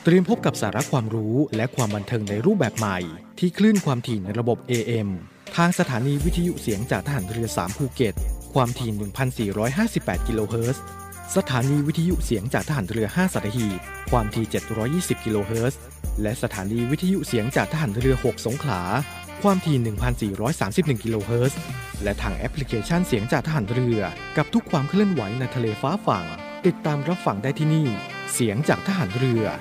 เตรียมพบกับสาระความรู้และความบันเทิงในรูปแบบใหม่ที่คลื่นความถี่ในระบบ AM ทางสถานีวิทยุเสียงจากทหารเรือ3ภูเก็ตความถี่ 1,458 กิโลเฮิรตซ์สถานีวิทยุเสียงจากทหารเรือ5สัตหีบความถี่720กิโลเฮิรตซ์และสถานีวิทยุเสียงจากทหารเรือ6สงขลาความถี่ 1,431 กิโลเฮิรตซ์และทางแอปพลิเคชันเสียงจากทหารเรือกับทุกความเคลื่อนไหวในทะเลฟ้าฝั่งติดตามรับฟังได้ที่นี่เสียงจากทหารเรือ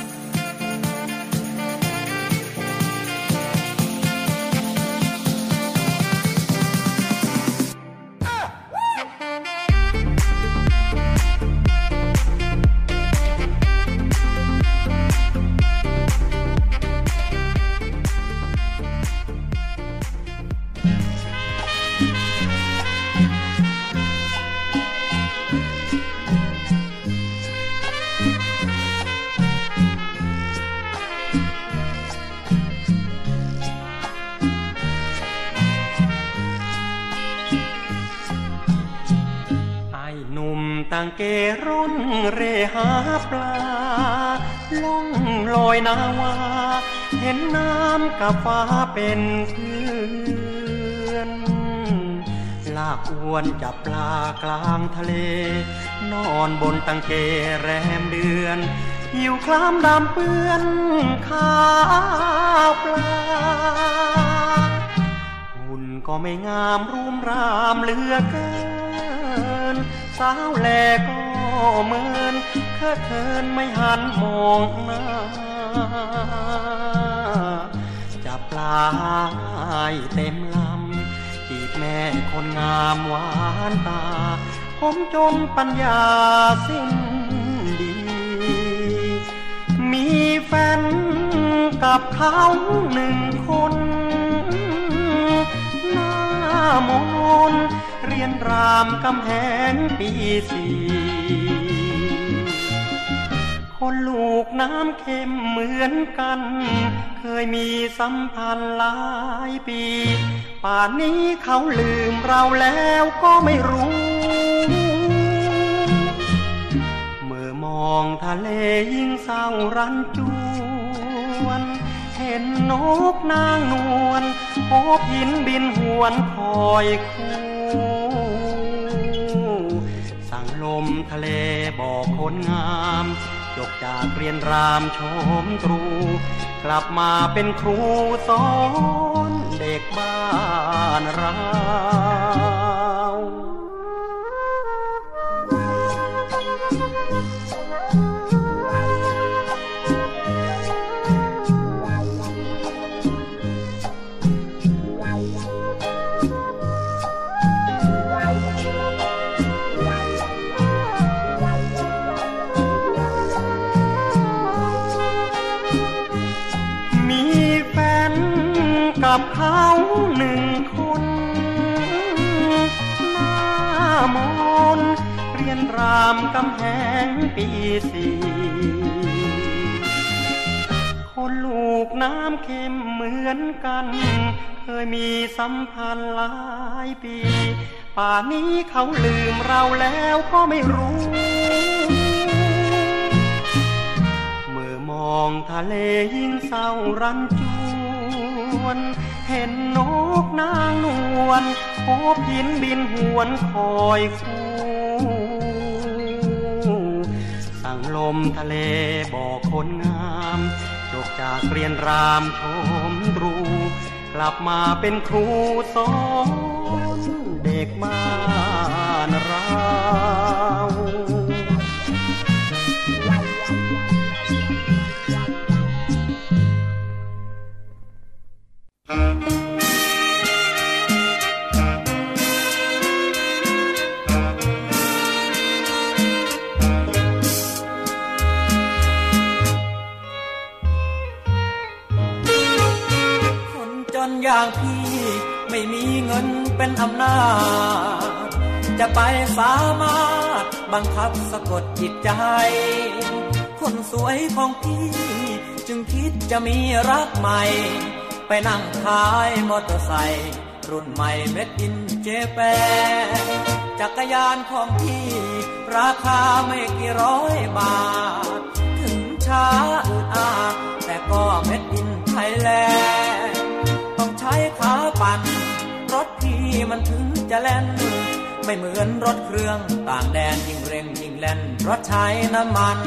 ต่างเกร่อนเรหาปลาล่องลอยนาวาเห็นน้ำกับฟ้าเป็นเพื่อนลากอวนจับปลากลางทะเลนอนบนตังเกแรมเดือนหิวคล้ำดำเปื้อนขาวปลาหุ่นก็ไม่งามรุ่มรามเหลือเกินสาวแลก็เหมือนเคอะเขินไม่หันมองหน้าจับปลาให้เต็มลำจีบแม่คนงามหวานตาผมจนปัญญาสิ้นดีมีแฟนกับเขาหนึ่งคนหน้ามนเรียนรามกำแหงปี4คนลูกน้ำเค็มเหมือนกันเคยมีสัมพันธ์หลายปีป่านนี้เขาลืมเราแล้วก็ไม่รู้เมื่อมองทะเลยิ่งเศร้ารันจวนเห็นนกนางนวลโอบหินบินหวนคอยคู่สั่งลมทะเลบอกคนงามจบจากเรียนรามชมตรูกลับมาเป็นครูสอนเด็กบ้านเรากับเขาหนึ่งคนหน้ามนเรียนรามกำแหงปี4คนลูกน้ำเค็มเหมือนกันเคยมีสัมพันธ์หลายปีป่านนี้เขาลืมเราแล้วก็ไม่รู้เมื่อมองทะเลยิ่งเศร้ารันจวนเห็นนกนางนวลโอบหินบินหวนคอยคู่สั่งลมทะเลบอกคนงามจบจากเรียนรามชมตรูกลับมาเป็นครูสอนเด็กบ้านเราอย่างพี่ไม่มีเงินเป็นอำนาจจะไปสามารถบังคับสะกดจิตใจคนสวยของพี่จึงคิดจะมีรักใหม่ไปนั่งขายมอเตอร์ไซค์รุ่นใหม่เม็ดอินเจแปนจักรยานของพี่ราคาไม่กี่ร้อยบาทถึงช้าอืดอาดแต่ก็เม็ดอินไทยแลนด์ต้องใช้ขาปั่นรถที่มันถึงจะแล่นไม่เหมือนรถเครื่องต่างแดนยิ่งเร่งยิ่งแล่นรถใช้น้ำมัน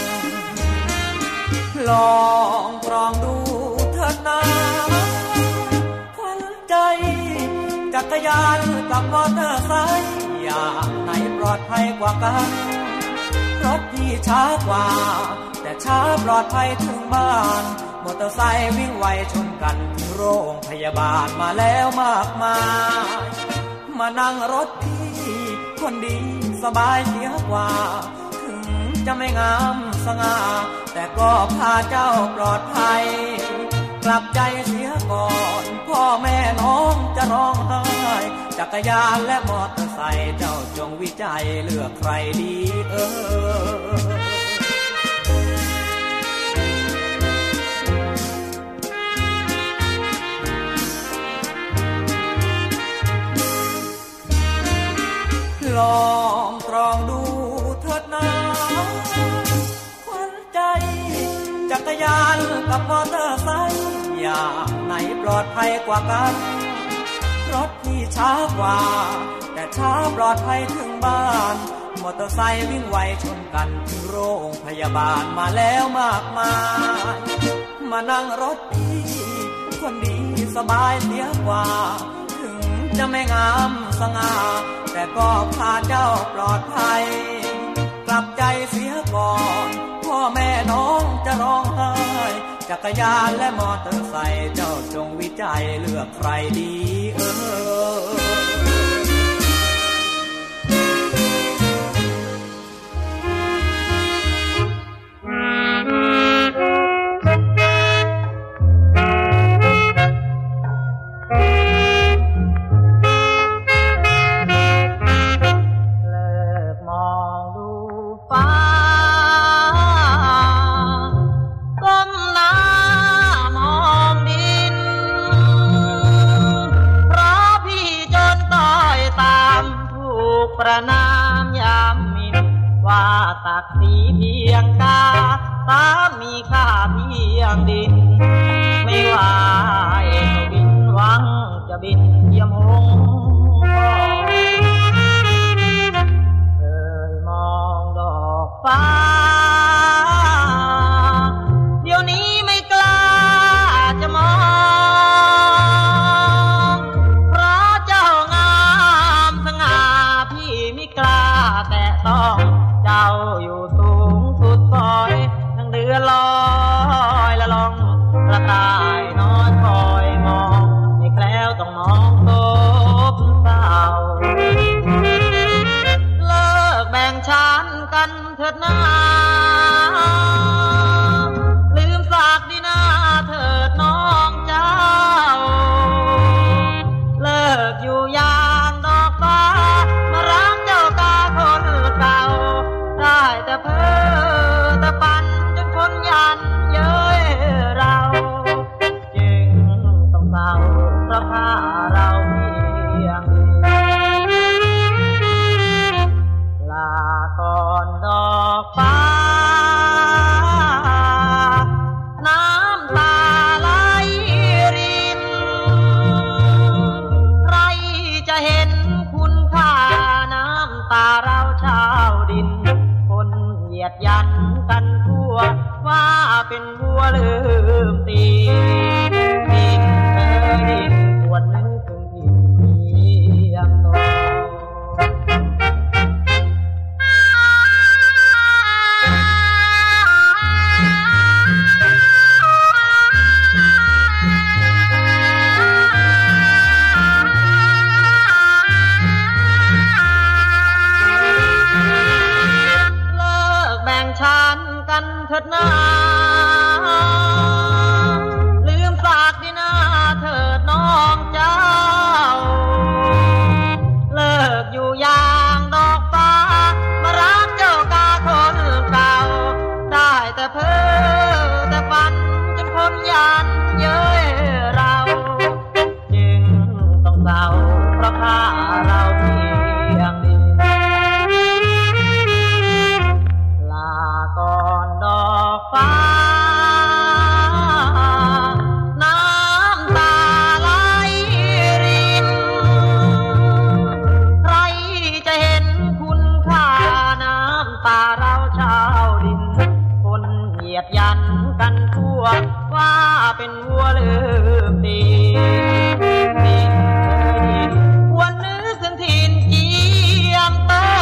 ลองกรองดูเถิดนะขวัญใจจักรยานกับมอเตอร์ไซค์อย่างไหนปลอดภัยกว่ากันรถที่ช้ากว่าแต่ช้าปลอดภัยถึงบ้านมอเตอร์ไซค์วิ่งไวชนกันถึงโรงพยาบาลมาแล้วมากมายมานั่งรถพี่คนดีสบายเสียกว่าถึงจะไม่งามสง่าแต่ก็พาเจ้าปลอดภัยกลับใจเสียก่อนพ่อแม่น้องจะร้องไห้จักรยานและมอเตอร์ไซค์เจ้าจงวิจัยเลือกใครดีลองตรองดูเถิดนะขวัญใจจักรยานกับมอเตอร์ไซค์อย่างไหนปลอดภัยกว่ากันรถที่ช้ากว่าแต่ช้าปลอดภัยถึงบ้านมอเตอร์ไซค์วิ่งไวชนกันถึงโรงพยาบาลมาแล้วมากมายมานั่งรถพี่คนดีสบายเสียกว่าถึงจะไม่งามสง่าแต่ก็พาเจ้าปลอดภัยกลับใจเสียก่อนพ่อแม่น้องจะร้องไห้จักรยานและมอเตอร์ไซค์เจ้าจงวิจัยเลือกใครดีประนามยามหมิ่นว่าศักดิ์ศรีเพียงกาสามีค่าเพียงดินไม่ว่าเอกบินหวังจะบินเยี่ยมหงเคยมองดอกฟ้าเดี๋ยวนี้ไม่กล้าจะมองเพราะเจ้างามสง่าพี่ไม่กล้าแต่ต้องเจ้าอยู่สูงสุดซอยทั้งเดือนลอยละล่องกระต่ายนอนคอยมองในแคล้วต้องมองตบเศร้าเลิกแบ่งชั้นกันเถิดนะลืมฝากดีนาเถิดน้องเจ้าเลิกอยู่อย่างดอกฟ้ามารักเจ้าตาคนเก่าได้แต่เพ้อแต่ปั่นจนคนยันเย้ยเราจึงต้องเศร้าเพราะผ้าเราเพียงลาก่อนดอกฟ้าน้ำตาไหลรินใครจะเห็นคุณค่าน้ำตาเราชาวดินคนเหยียดยันกันทั่วว่าเป็นบัวลืมตีดินดินควรนึกถึงดินเพียงตนฉันกันเถิดนะลืวว่าเป็นวัวลืมตีวันนึกถึงถิ่นเจียมตา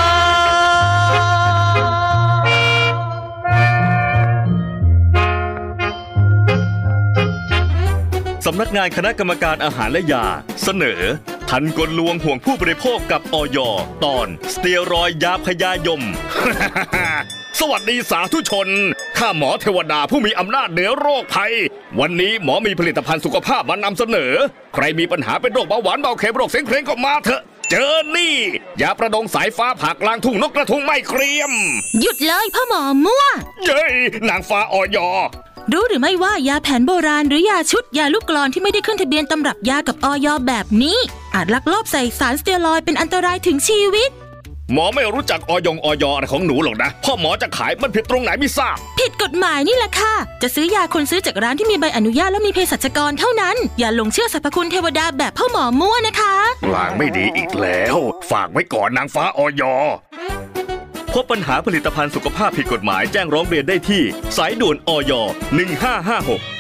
สำนักงานคณะกรรมการอาหารและยาเสนอทันกลลวงห่วงผู้บริโภคกับอย.ตอนสเตียรอยด์ยาพยายม สวัสดีสาธุชนข้าหมอเทวดาผู้มีอำนาจเหนือโรคภัยวันนี้หมอมีผลิตภัณฑ์สุขภาพมานำเสนอใครมีปัญหาเป็นโรคเบาหวานเบาเค็มโรคเสียงเพลงก็มาเถอะเจอนี่ยาประดงสายฟ้าผ่ากลางทุ่งนกกระทุงไม่เกรียมหยุดเลยพ่อหมอมั่วเย้ยนางฟ้าอย. รู้หรือไม่ว่ายาแผนโบราณหรือยาชุดยาลูกกลอนที่ไม่ได้ขึ้นทะเบียนตำรับยากับอย.แบบนี้อาจลักลอบใส่สารสเตียรอยด์เป็นอันตรายถึงชีวิตหมอไม่รู้จักอย.อะไรของหนูหรอกนะพ่อหมอจะขายมันผิดตรงไหนไม่ทราบผิดกฎหมายนี่แหละค่ะจะซื้อยาคนซื้อจากร้านที่มีใบอนุญาตและมีเภสัชกรเท่านั้นอย่าหลงเชื่อสรรพคุณเทวดาแบบพ่อหมอมั่วนะคะลางไม่ดีอีกแล้วฝากไว้ก่อนนางฟ้าอย.พบปัญหาผลิตภัณฑ์สุขภาพผิดกฎหมายแจ้งร้องเรียนได้ที่สายด่วนอย 1556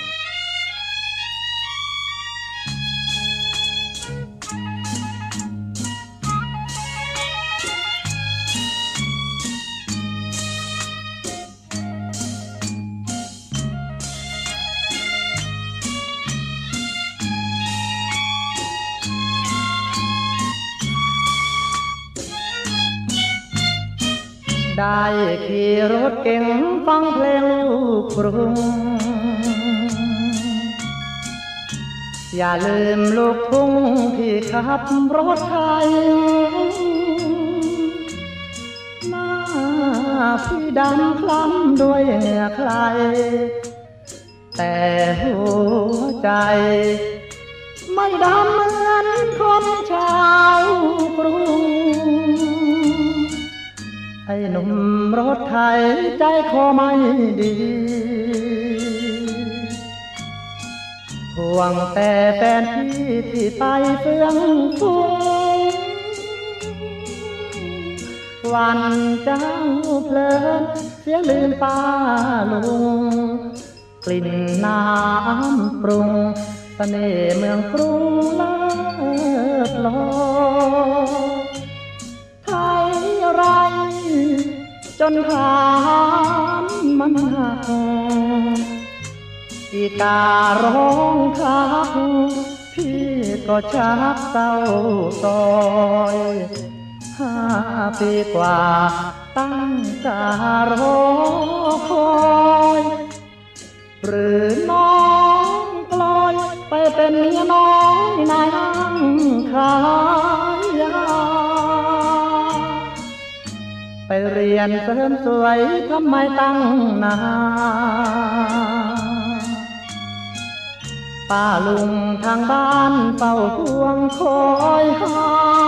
ได้ขี่รถเก่งฟังเพลงลูกกรุงอย่าลืมลูกทุ่งที่ขับรถไทยหน้าพี่ดำคล้ำด้วยเหงื่อใครแต่หัวใจไม่ดำเหมือนคนชาวกรุงไอ้หนุ่มรถไถใจคอไม่ดีห่วงแต่แฟนพี่ที่ไปเฟื่องฟูวันเจ้าเพลินเสียงลืมป้าลุงกลิ่นน้ำปรุงเสน่ห์เมืองกรุงเลิศลอยไทยไรจนฐานมันหักอีการ้องทักพี่ก็ชักเศร้าซอย5 ปีกว่าตั้งตารอคอยหรือน้องกลอยไปเป็นเมียน้อยนายห้างขายยาไปเรียนเสริมสวยทำไมตั้งนานป้าลุงทางบ้านเฝ้าห่วงคอยหา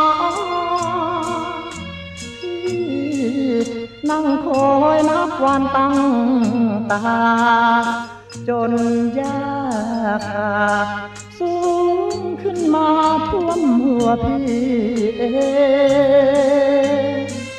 พี่นั่งคอยนับวันตั้งตาจนยาคาสูงขึ้นมาท่วมหัวพี่เอง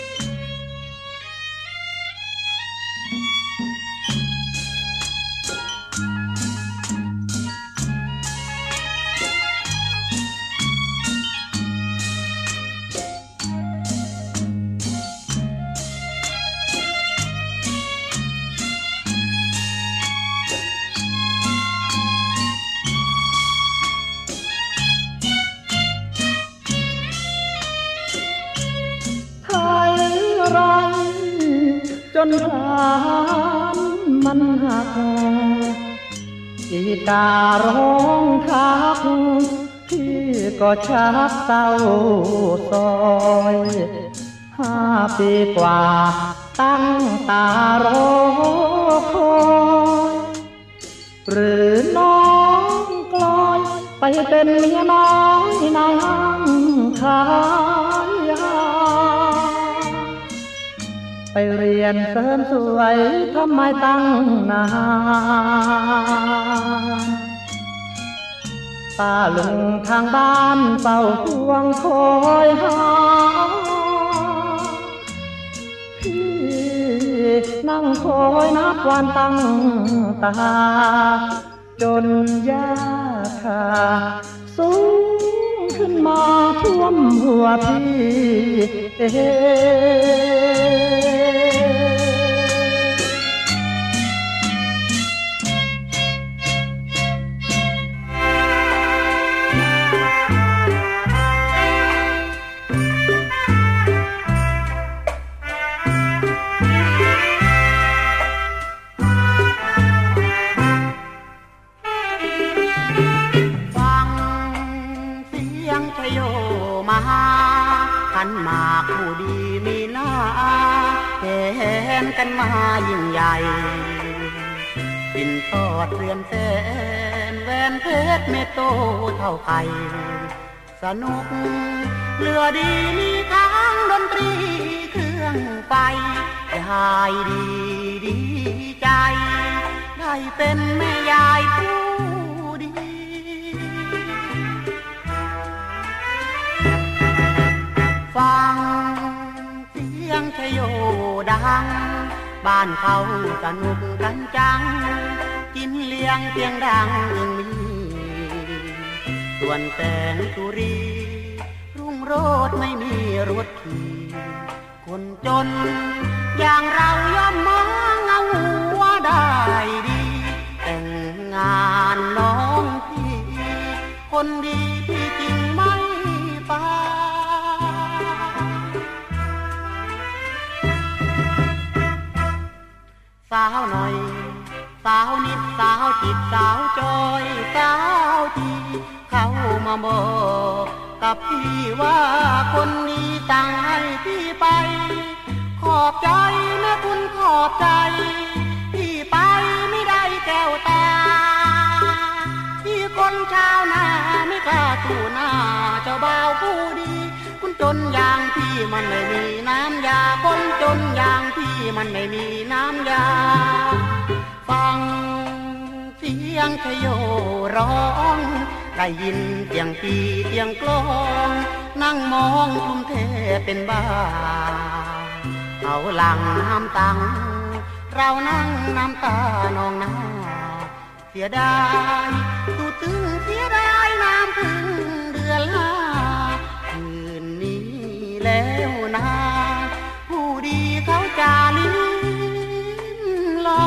จนฐานมันหักอีการ้องทักพี่ก็ชักเศร้าซอย5 ปีกว่าตั้งตารอคอยหรือน้องกลอยไปเป็นเมียน้อยนายห้างขายยาไปเรียนเสริมสวยทำไมตั้งนานป้าลุงทางบ้านเฝ้าห่วงคอยหาพี่นั่งคอยนับวันตั้งตาจนยาคาสูงขึ้นมาท่วมหัวพี่ขันหมากผู้ดีมีหน้าแทนกันมายิ่งใหญ่ปิ่นทอดเรือนแสนแหวนเพชรเม็ดโตเท่าไข่สนุกเรือดีมีทั้งดนตรีเครื่องไฟยายดีดีใจได้เป็นแม่ยายผู้ดีฟังเสียงชโยดังบ้านเขาสนุกกันจังกินเลี้ยงเสียงดังอึงมีส่วนแสงสุรีรุ่งโรจน์ไม่มีรถขี่คนจนอย่างเราย่อมมองเอาหัวได้ดีแต่งงานน้องพี่คนดีที่จริงไม่ไปสาวหน่อยสาวนิดสาวจิตสาวจอยสาวที่เขามาบอกกับพี่ว่าคนนี้ตั้งให้พี่ไปขอบใจแม่คุณขอบใจพี่ไปไม่ได้แก้วตาพี่คนชาวนาไม่กล้าสู้หน้าเจ้าบ่าวผู้ดีคนจนอย่างพี่มันไม่มีน้ำยาคนจนอย่างพี่มันไม่มีน้ำยาฟังเสียงชโยร้องได้ยินเสียงปีเสียงกลองนั่งมองกลุ่มเทเป็นบ้าเอาหลังน้ำตังเรานั่งน้ำตานองหน้าเสียดายตูตึงเสียดายน้ำพึ่งเดือนละคืนนี้แล้วนะผู้ดีเขาจะลิ้นลอ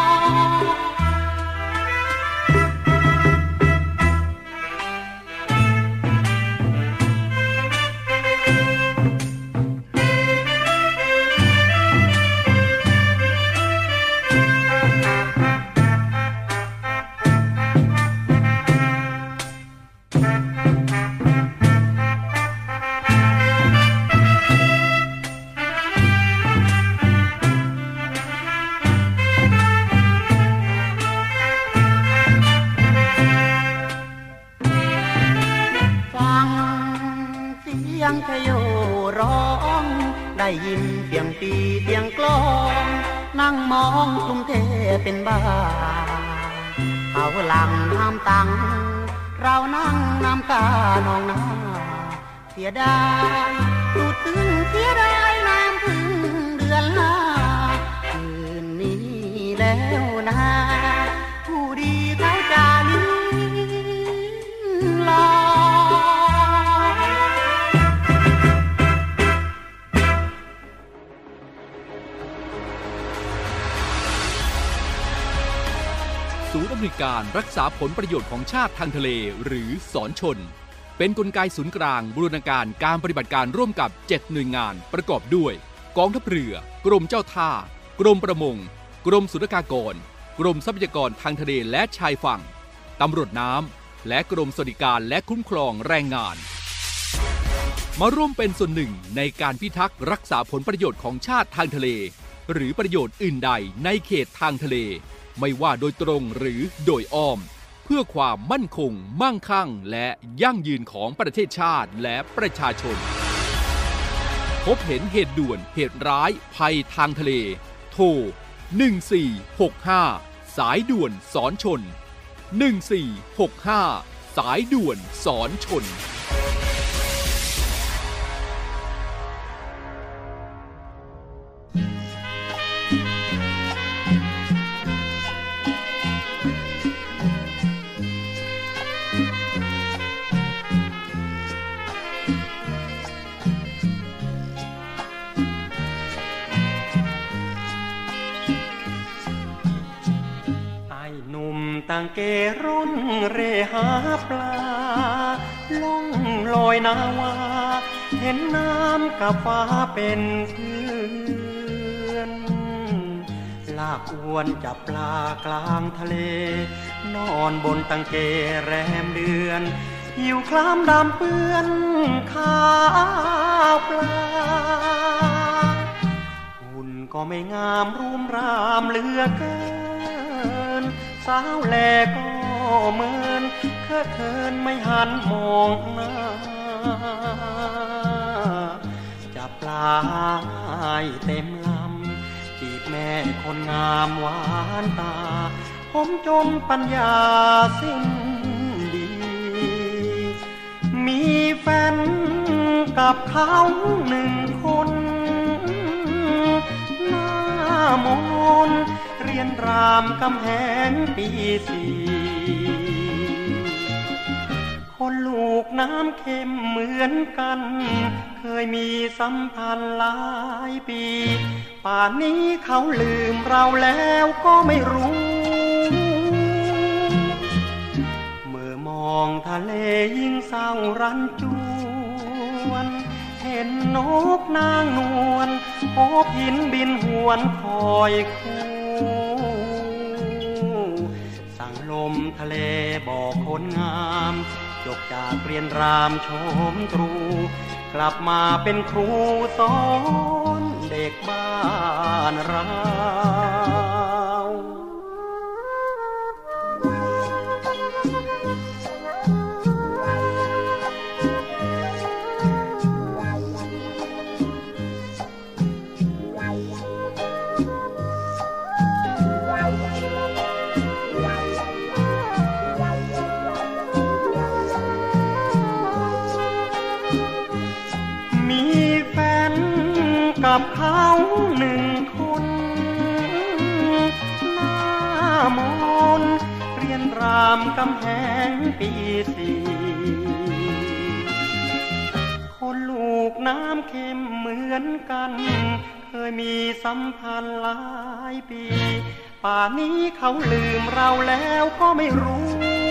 ชโยร้องได้ยินเสียงปีเสียงกลองนั่งมองกลุ่มเทเป็นบ้าเขาหลังน้ำตังเรานั่งน้ำตานองหน้าเสียดายตูตึงเสียดายน้ำพึ่งเดือนละคืนนี้แล้วนะผู้ดีเขาจะลิ้นลอศูนย์อำนวยการรักษาผลประโยชน์ของชาติทางทะเลหรือศรชนเป็นกลไกศูนย์กลางบูรณาการการปฏิบัติการร่วมกับ7หน่วยงานประกอบด้วยกองทัพเรือกรมเจ้าท่ากรมประมงกรมศุลกากรกรมทรัพยากรทางทะเลและชายฝั่งตำรวจน้ำและกรมสวัสดิการและคุ้มครองแรงงานมาร่วมเป็นส่วนหนึ่งในการพิทักษ์รักษาผลประโยชน์ของชาติทางทะเลหรือประโยชน์อื่นใดในเขตทางทะเลไม่ว่าโดยตรงหรือโดยอ้อมเพื่อความมั่นคงมั่งคั่งและยั่งยืนของประเทศชาติและประชาชนพบเห็นเหตุด่วนเหตุร้ายภัยทางทะเลโทร1465สายด่วนสอนชน1465สายด่วนสอนชนต่างเกร่อนเร่หาปลาล่องลอยนาวาเห็นน้ำกับฟ้าเป็นเพื่อนลากอวนจับปลากลางทะเลนอนบนตังเกแรมเดือนหิวคล้ำดำเปื้อนข้าวปลาหุ่นก็ไม่งามรูมรามเหลือเกินสาวแลก็เหมือนเคอะเขินไม่หันมองหน้าจับปลาให้เต็มลำจีบแม่คนงามหวานตาผมจมปัญญาสิ้นดีมีแฟนกับเขาหนึ่งคนหน้ามนเรียนรามกำแหงปีสี่คนลูกน้ำเค็มเหมือนกันเคยมีสัมพันธ์หลายปีป่านนี้เขาลืมเราแล้วก็ไม่รู้เมื่อมองทะเลยิ่งเศร้ารันจวนเห็นนกนางนวลโอบหินบินหวนคอยคู่สั่งลมทะเลบอกคนงามจบจากเรียนรามชมตรูกลับมาเป็นครูสอนเด็กบ้านเรากับเขาหนึ่งคนหน้ามนเรียนรามกำแหงปีสี่คนลูกน้ำเค็มเหมือนกันเคยมีสัมพันธ์หลายปีป่านนี้เขาลืมเราแล้วก็ไม่รู้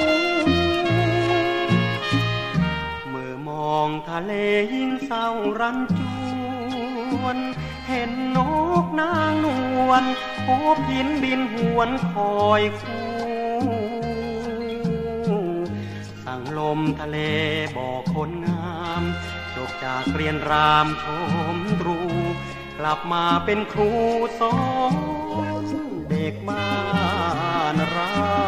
เมื่อมองทะเลยิ่งเศร้ารันจวนเห็นนกนางนวลโอบหินบินหวนคอยคู่สั่งลมทะเลบอกคนงามจบจากเรียนรามชมตรูกลับมาเป็นครูสอนเด็กบ้านเรา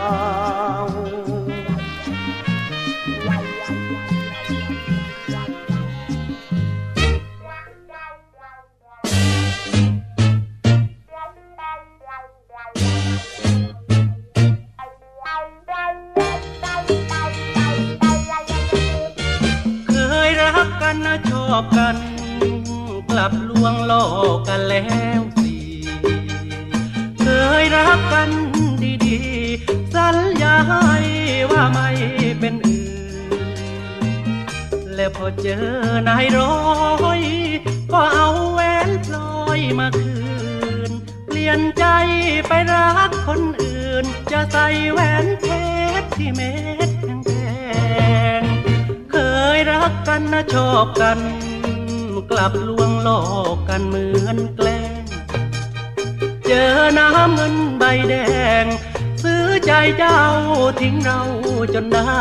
ชอบกันกลับลวงโลกกันแล้วสิเคยรักกันดีๆสัญญาให้ว่าไม่เป็นอื่นแล้วพอเจอนายร้อยก็เอาแหวนพลอยมาคืนเปลี่ยนใจไปรักคนอื่นจะใส่แหวนเพชรที่เม็ดแดงเคยรักกันนะชอบกันกลับลวงโลกกันเหมือนแกล้งเจอน้ำเงินใบแดงซื้อใจเจ้าทิ้งเราจนได้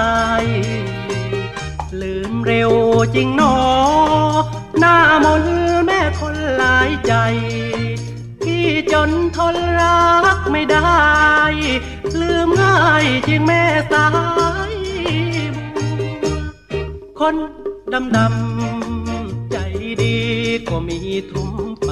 ลืมเร็วจริงหนอหน้ามนแม่คนหลายใจที่จนทนรักไม่ได้ลืมง่ายจริงแม่สายคนดำใจดีก็มีทุ่มไป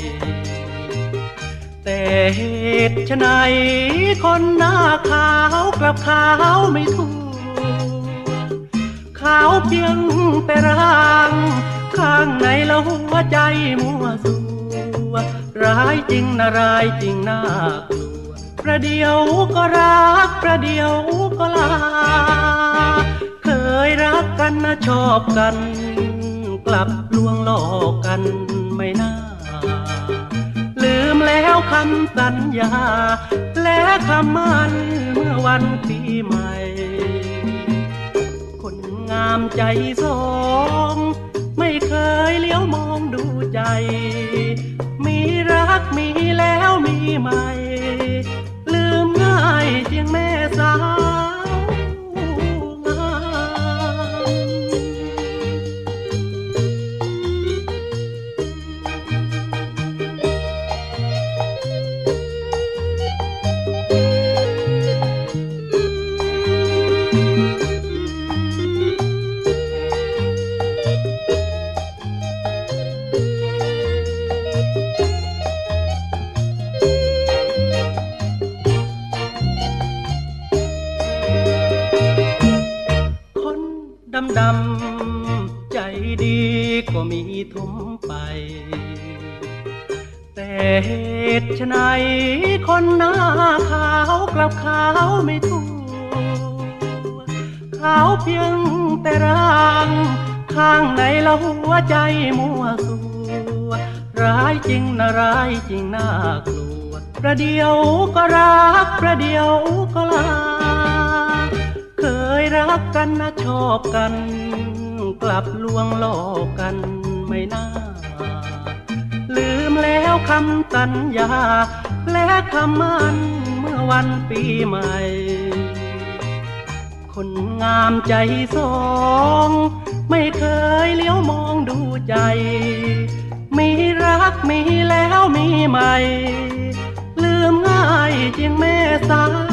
แต่เหตุไฉนคนหน้าขาวกลับขาวไม่ถูกขาวเพียงแต่ร่างข้างในแล้วหัวใจมัวสัวร้ายจริงนะร้ายจริงน่ากลัวประเดี๋ยวก็รักประเดี๋ยวก็ลาเคยรักกันนะชอบกันกลับลวงหลอกกันไม่น่าลืมแล้วคำสัญญาและคำมั่นเมื่อวันปีใหม่คนงามใจสองไม่เคยเลี้ยวมองดูใจมีรักมีแล้วมีใหม่ลืมง่ายเพียงแม่สาวงดำใจดีก็มีทมไปแต่เหตุไฉนคนหน้าขาวกลับขาวไม่ทั่วขาวเพียงแต่ร่างข้างในละหัวใจมัวสัวร้ายจริงนะร้ายจริงน่ากลัวประเดี๋ยวก็รักประเดี๋ยวก็ลาเคยรักกันนะชอบกันกลับลวงหลอกกันไม่น่าลืมแล้วคำสัญญาและคำมั่นเมื่อวันปีใหม่คนงามใจสองไม่เคยเลี้ยวมองดูใจมีรักมีแล้วมีใหม่ลืมง่ายจริงแม่สาว